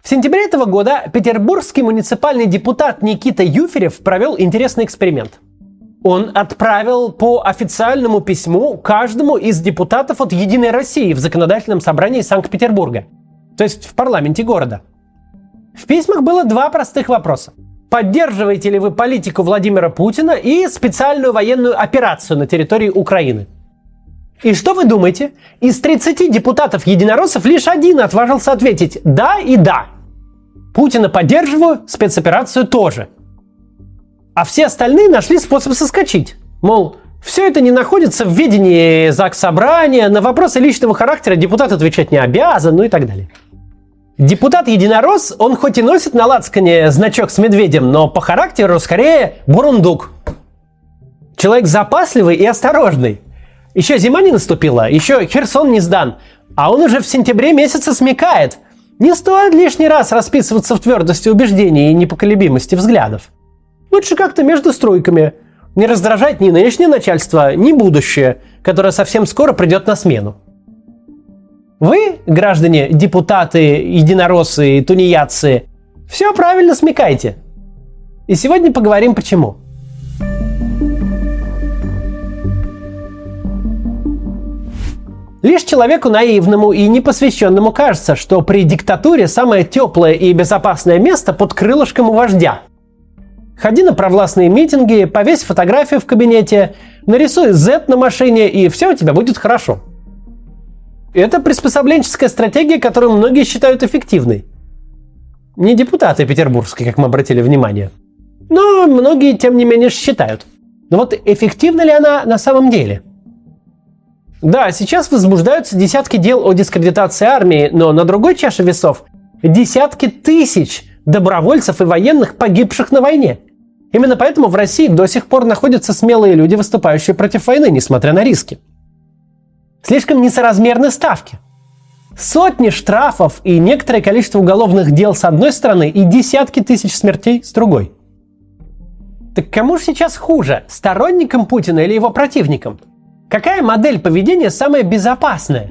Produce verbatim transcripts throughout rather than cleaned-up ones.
В сентябре этого года петербургский муниципальный депутат Никита Юферев провел интересный эксперимент. Он отправил по официальному письму каждому из депутатов от «Единой России» в законодательном собрании Санкт-Петербурга, то есть в парламенте города. В письмах было два простых вопроса. Поддерживаете ли вы политику Владимира Путина и специальную военную операцию на территории Украины? И что вы думаете? Из тридцати депутатов-единороссов лишь один отважился ответить «да» и «да». Путина поддерживаю, спецоперацию тоже. А все остальные нашли способ соскочить. Мол, все это не находится в ведении Заксобрания, на вопросы личного характера депутат отвечать не обязан, ну и так далее. Депутат-единорос, он хоть и носит на лацкане значок с медведем, но по характеру скорее бурундук. Человек запасливый и осторожный. Еще зима не наступила, еще Херсон не сдан, а он уже в сентябре месяце смекает. Не стоит лишний раз расписываться в твердости убеждений и непоколебимости взглядов. Лучше как-то между стройками. Не раздражать ни нынешнее начальство, ни будущее, которое совсем скоро придет на смену. Вы, граждане, депутаты, единороссы и тунеядцы, все правильно смекаете. И сегодня поговорим почему. Лишь человеку наивному и непосвященному кажется, что при диктатуре самое теплое и безопасное место под крылышком у вождя. Ходи на провластные митинги, повесь фотографию в кабинете, нарисуй зет на машине, и все у тебя будет хорошо. Это приспособленческая стратегия, которую многие считают эффективной. Не депутаты петербургские, как мы обратили внимание. Но многие, тем не менее, считают. Но вот эффективна ли она на самом деле? Да, сейчас возбуждаются десятки дел о дискредитации армии, но на другой чаше весов десятки тысяч добровольцев и военных, погибших на войне. Именно поэтому в России до сих пор находятся смелые люди, выступающие против войны, несмотря на риски. Слишком несоразмерны ставки. Сотни штрафов и некоторое количество уголовных дел с одной стороны и десятки тысяч смертей с другой. Так кому же сейчас хуже, сторонникам Путина или его противникам? Какая модель поведения самая безопасная?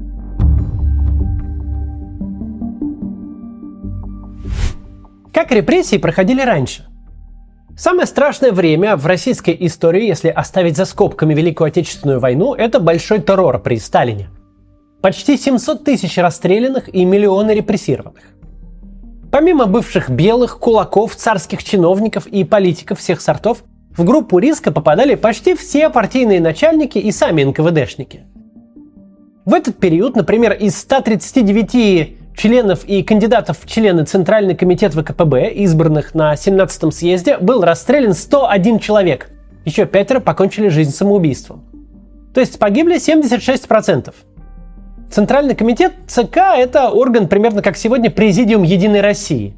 Как репрессии проходили раньше? Самое страшное время в российской истории, если оставить за скобками Великую Отечественную войну, это большой террор при Сталине. Почти семьсот тысяч расстрелянных и миллионы репрессированных. Помимо бывших белых, кулаков, царских чиновников и политиков всех сортов, в группу риска попадали почти все партийные начальники и сами эн ка вэ дэшники. В этот период, например, из ста тридцати девяти членов и кандидатов в члены Центральный комитет вэ ка пэ бэ, избранных на семнадцатом съезде, был расстрелян сто один человек. Еще пятеро покончили жизнь самоубийством. То есть погибли семьдесят шесть процентов. Центральный комитет цэ ка – это орган примерно как сегодня Президиум Единой России.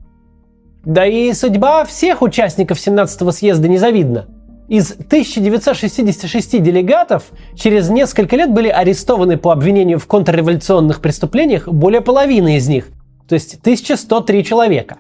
Да и судьба всех участников семнадцатого съезда незавидна. Из тысяча девятьсот шестидесяти шести делегатов через несколько лет были арестованы по обвинению в контрреволюционных преступлениях более половины из них, то есть тысяча сто три человека.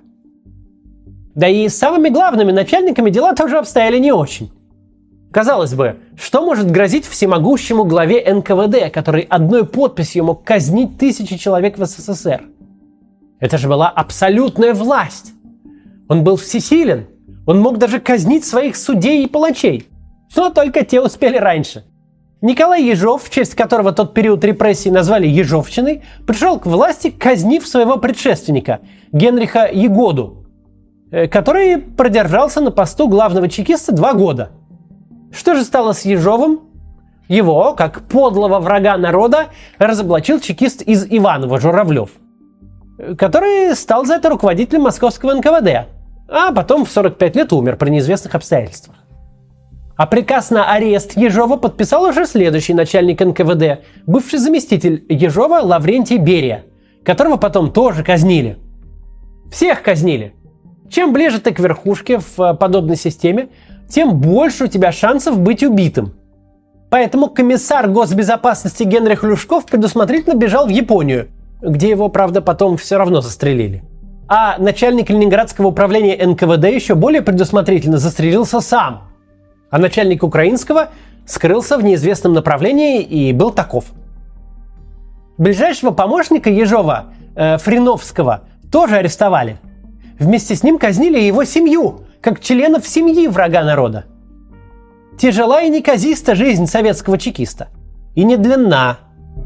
Да и с самыми главными начальниками дела тоже обстояли не очень. Казалось бы, что может грозить всемогущему главе эн ка вэ дэ, который одной подписью мог казнить тысячи человек в эс эс эс эр? Это же была абсолютная власть. Он был всесилен. Он мог даже казнить своих судей и палачей. Но только те успели раньше. Николай Ежов, в честь которого тот период репрессий назвали Ежовщиной, пришел к власти, казнив своего предшественника, Генриха Ягоду, который продержался на посту главного чекиста два года. Что же стало с Ежовым? Его, как подлого врага народа, разоблачил чекист из Иваново Журавлев, который стал за это руководителем московского эн ка вэ дэ, а потом в сорок пять лет умер при неизвестных обстоятельствах. А приказ на арест Ежова подписал уже следующий начальник эн ка вэ дэ, бывший заместитель Ежова Лаврентий Берия, которого потом тоже казнили. Всех казнили. Чем ближе ты к верхушке в подобной системе, тем больше у тебя шансов быть убитым. Поэтому комиссар госбезопасности Генрих Люшков предусмотрительно бежал в Японию, где его, правда, потом все равно застрелили. А начальник Ленинградского управления эн ка вэ дэ еще более предусмотрительно застрелился сам. А начальник украинского скрылся в неизвестном направлении и был таков. Ближайшего помощника Ежова, э, Фриновского, тоже арестовали. Вместе с ним казнили его семью, как членов семьи врага народа. Тяжела и неказиста жизнь советского чекиста. И не длинна.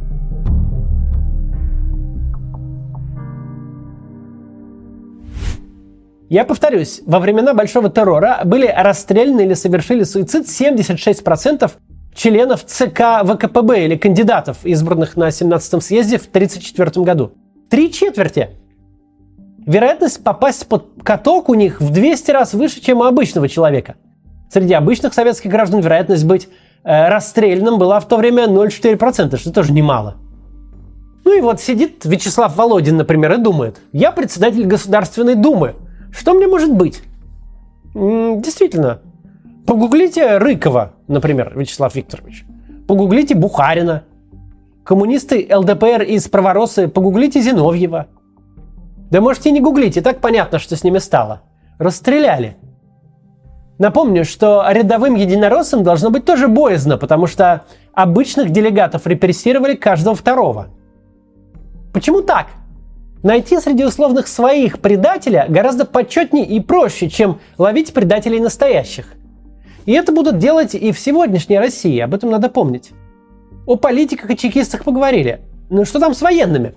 Я повторюсь, во времена Большого террора были расстреляны или совершили суицид семьдесят шесть процентов членов ЦК ВКПБ или кандидатов, избранных на семнадцатом съезде в тысяча девятьсот тридцать четвёртом году. Три четверти. Вероятность попасть под каток у них в двести раз выше, чем у обычного человека. Среди обычных советских граждан вероятность быть э, расстрелянным была в то время ноль целых четыре десятых процента, что тоже немало. Ну и вот сидит Вячеслав Володин, например, и думает: я председатель Государственной Думы. Что мне может быть? М-м, действительно. Погуглите Рыкова, например, Вячеслав Викторович. Погуглите Бухарина. Коммунисты ЛДПР из Правороссы, погуглите Зиновьева. Да можете и не гуглить, и так понятно, что с ними стало. Расстреляли. Напомню, что рядовым единороссам должно быть тоже боязно, потому что обычных делегатов репрессировали каждого второго. Почему так? Найти среди условных своих предателя гораздо почетнее и проще, чем ловить предателей настоящих. И это будут делать и в сегодняшней России, об этом надо помнить. О политиках и чекистах поговорили. Ну что там с военными?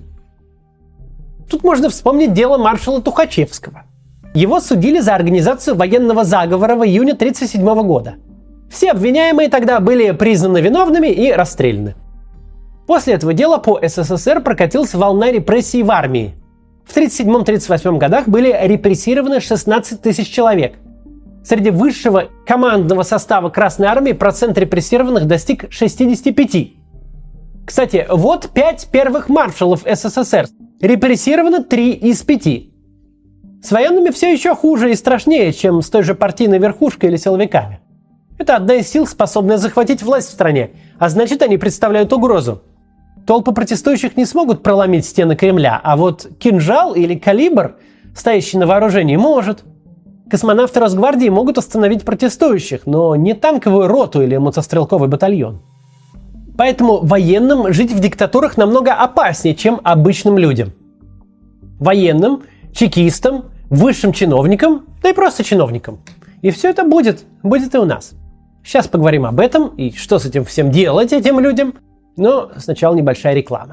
Тут можно вспомнить дело маршала Тухачевского. Его судили за организацию военного заговора в июне тысяча девятьсот тридцать седьмого года. Все обвиняемые тогда были признаны виновными и расстреляны. После этого дела по СССР прокатилась волна репрессий в армии. В тридцать седьмом — тридцать восьмом годах были репрессированы шестнадцать тысяч человек. Среди высшего командного состава Красной Армии процент репрессированных достиг шестьдесят пять. Кстати, вот пять первых маршалов СССР. Репрессировано три из пяти. С военными все еще хуже и страшнее, чем с той же партийной верхушкой или силовиками. Это одна из сил, способная захватить власть в стране, а значит, они представляют угрозу. Толпы протестующих не смогут проломить стены Кремля, а вот кинжал или калибр, стоящий на вооружении, может. Космонавты Росгвардии могут остановить протестующих, но не танковую роту или мотострелковый батальон. Поэтому военным жить в диктатурах намного опаснее, чем обычным людям. Военным, чекистам, высшим чиновникам, да и просто чиновникам. И все это будет, будет и у нас. Сейчас поговорим об этом и что с этим всем делать этим людям. Но сначала небольшая реклама.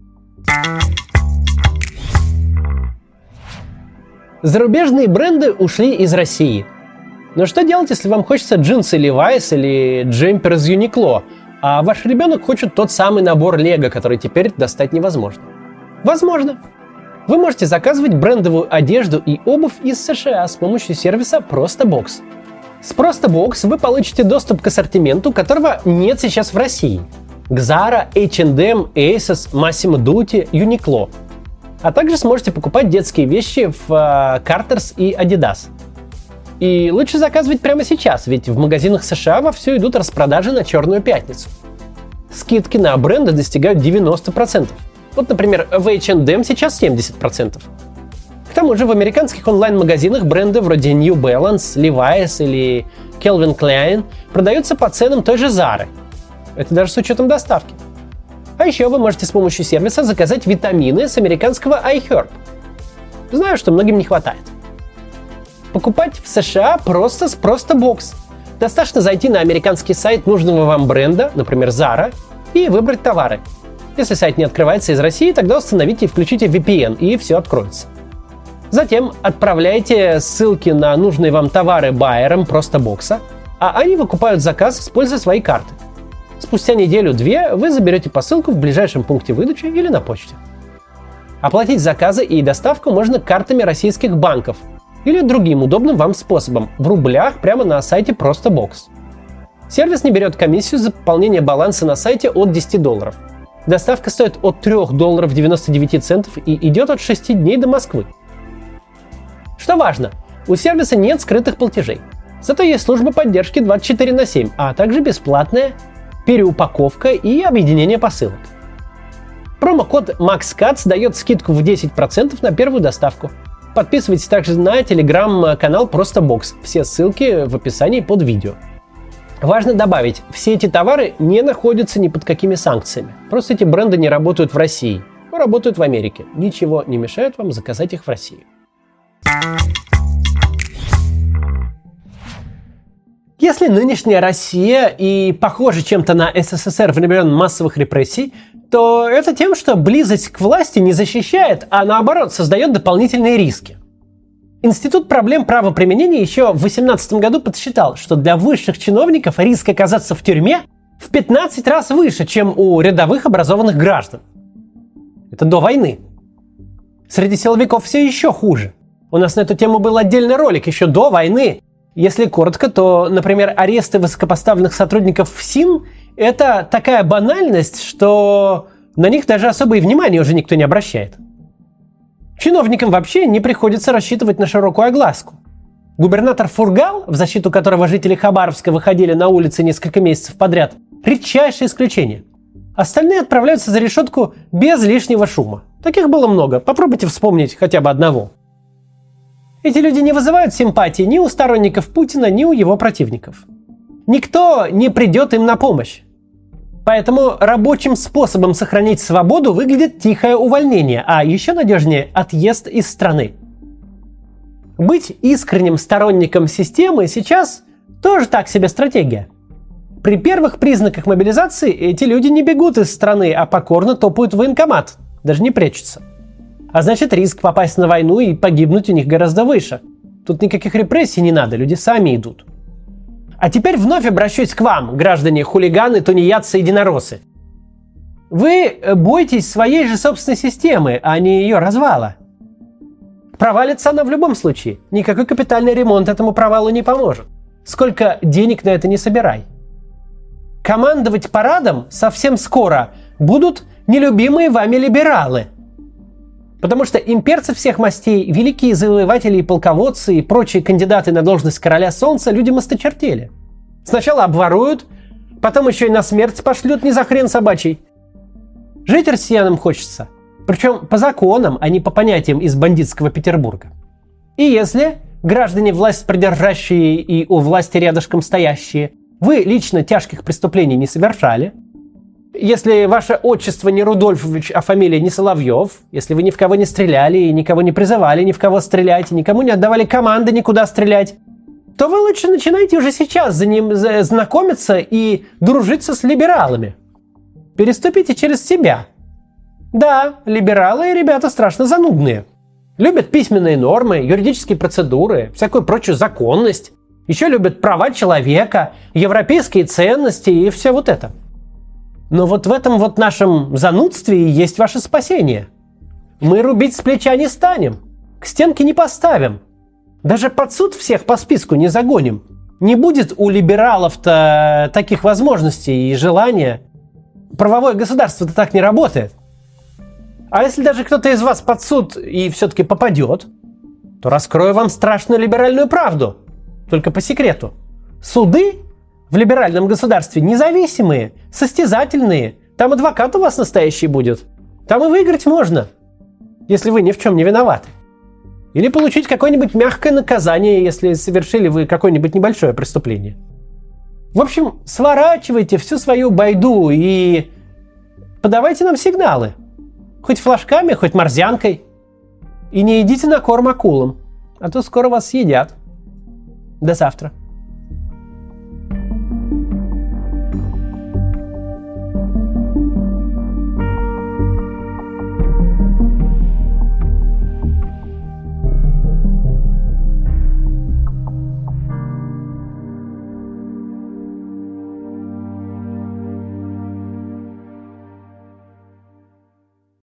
Зарубежные бренды ушли из России. Но что делать, если вам хочется джинсы Levi's или джемпер из Uniqlo, а ваш ребенок хочет тот самый набор Лего, который теперь достать невозможно? Возможно. Вы можете заказывать брендовую одежду и обувь из США с помощью сервиса ProstaBox. С ProstaBox вы получите доступ к ассортименту, которого нет сейчас в России. К Zara, эйч энд эм, Asos, Massimo Dutti, Uniqlo. А также сможете покупать детские вещи в uh, Carter's и Adidas. И лучше заказывать прямо сейчас, ведь в магазинах США вовсю идут распродажи на Черную пятницу. Скидки на бренды достигают девяносто процентов. Вот, например, в эйч энд эм сейчас семьдесят процентов. К тому же в американских онлайн-магазинах бренды вроде New Balance, Levi's или Calvin Klein продаются по ценам той же Zara. Это даже с учетом доставки. А еще вы можете с помощью сервиса заказать витамины с американского iHerb. Знаю, что многим не хватает. Покупать в США просто с ProstaBox. Достаточно зайти на американский сайт нужного вам бренда, например, Zara, и выбрать товары. Если сайт не открывается из России, тогда установите и включите ви пи эн, и все откроется. Затем отправляйте ссылки на нужные вам товары байерам ProstaBox, а они выкупают заказ, используя свои карты. Спустя неделю-две вы заберете посылку в ближайшем пункте выдачи или на почте. Оплатить заказы и доставку можно картами российских банков или другим удобным вам способом в рублях прямо на сайте ProstaBox. Сервис не берет комиссию за пополнение баланса на сайте от десяти долларов. Доставка стоит от трёх долларов девяносто девять центов и идет от шести дней до Москвы. Что важно, у сервиса нет скрытых платежей. Зато есть служба поддержки двадцать четыре на семь, а также бесплатная переупаковка и объединение посылок. Промокод MaxCuts дает скидку в десять процентов на первую доставку. Подписывайтесь также на телеграм-канал ProstaBox. Все ссылки в описании под видео. Важно добавить, все эти товары не находятся ни под какими санкциями. Просто эти бренды не работают в России. работают в Америке. Ничего не мешает вам заказать их в России. Если нынешняя Россия и похожа чем-то на СССР времен массовых репрессий, то это тем, что близость к власти не защищает, а наоборот создает дополнительные риски. Институт проблем правоприменения еще в две тысячи восемнадцатом году подсчитал, что для высших чиновников риск оказаться в тюрьме в пятнадцать раз выше, чем у рядовых образованных граждан. Это до войны. Среди силовиков все еще хуже. У нас на эту тему был отдельный ролик еще до войны. Если коротко, то, например, аресты высокопоставленных сотрудников ФСИН – это такая банальность, что на них даже особое внимание уже никто не обращает. Чиновникам вообще не приходится рассчитывать на широкую огласку. Губернатор Фургал, в защиту которого жители Хабаровска выходили на улицы несколько месяцев подряд, редчайшее исключение. Остальные отправляются за решетку без лишнего шума. Таких было много. Попробуйте вспомнить хотя бы одного. Эти люди не вызывают симпатии ни у сторонников Путина, ни у его противников. Никто не придет им на помощь. Поэтому рабочим способом сохранить свободу выглядит тихое увольнение, а еще надежнее – отъезд из страны. Быть искренним сторонником системы сейчас тоже так себе стратегия. При первых признаках мобилизации эти люди не бегут из страны, а покорно топают в военкомат, даже не прячутся. А значит, риск попасть на войну и погибнуть у них гораздо выше. Тут никаких репрессий не надо, люди сами идут. А теперь вновь обращусь к вам, граждане хулиганы, тунеядцы, единороссы. Вы боитесь своей же собственной системы, а не ее развала. Провалится она в любом случае. Никакой капитальный ремонт этому провалу не поможет. Сколько денег на это не собирай. Командовать парадом совсем скоро будут нелюбимые вами либералы. Потому что имперцы всех мастей, великие завоеватели и полководцы и прочие кандидаты на должность короля солнца людям осточертели. Сначала обворуют, потом еще и на смерть пошлют не за хрен собачий. Жить россиянам хочется. Причем по законам, а не по понятиям из бандитского Петербурга. И если, граждане власть придержащие и у власти рядышком стоящие, вы лично тяжких преступлений не совершали, если ваше отчество не Рудольфович, а фамилия не Соловьев, если вы ни в кого не стреляли и никого не призывали ни в кого стрелять, и никому не отдавали команды никуда стрелять, то вы лучше начинайте уже сейчас за ним знакомиться и дружиться с либералами. Переступите через себя. Да, либералы ребята страшно занудные. Любят письменные нормы, юридические процедуры, всякую прочую законность. Еще любят права человека, европейские ценности и все вот это. Но вот в этом вот нашем занудстве и есть ваше спасение. Мы рубить с плеча не станем, к стенке не поставим. Даже под суд всех по списку не загоним. Не будет у либералов-то таких возможностей и желания. Правовое государство-то так не работает. А если даже кто-то из вас под суд и все-таки попадет, то раскрою вам страшную либеральную правду. Только по секрету. Суды в либеральном государстве независимые, состязательные. Там адвокат у вас настоящий будет. Там и выиграть можно, если вы ни в чем не виноваты. Или получить какое-нибудь мягкое наказание, если совершили вы какое-нибудь небольшое преступление. В общем, сворачивайте всю свою байду и подавайте нам сигналы. Хоть флажками, хоть морзянкой. И не идите на корм акулам, а то скоро вас съедят. До завтра.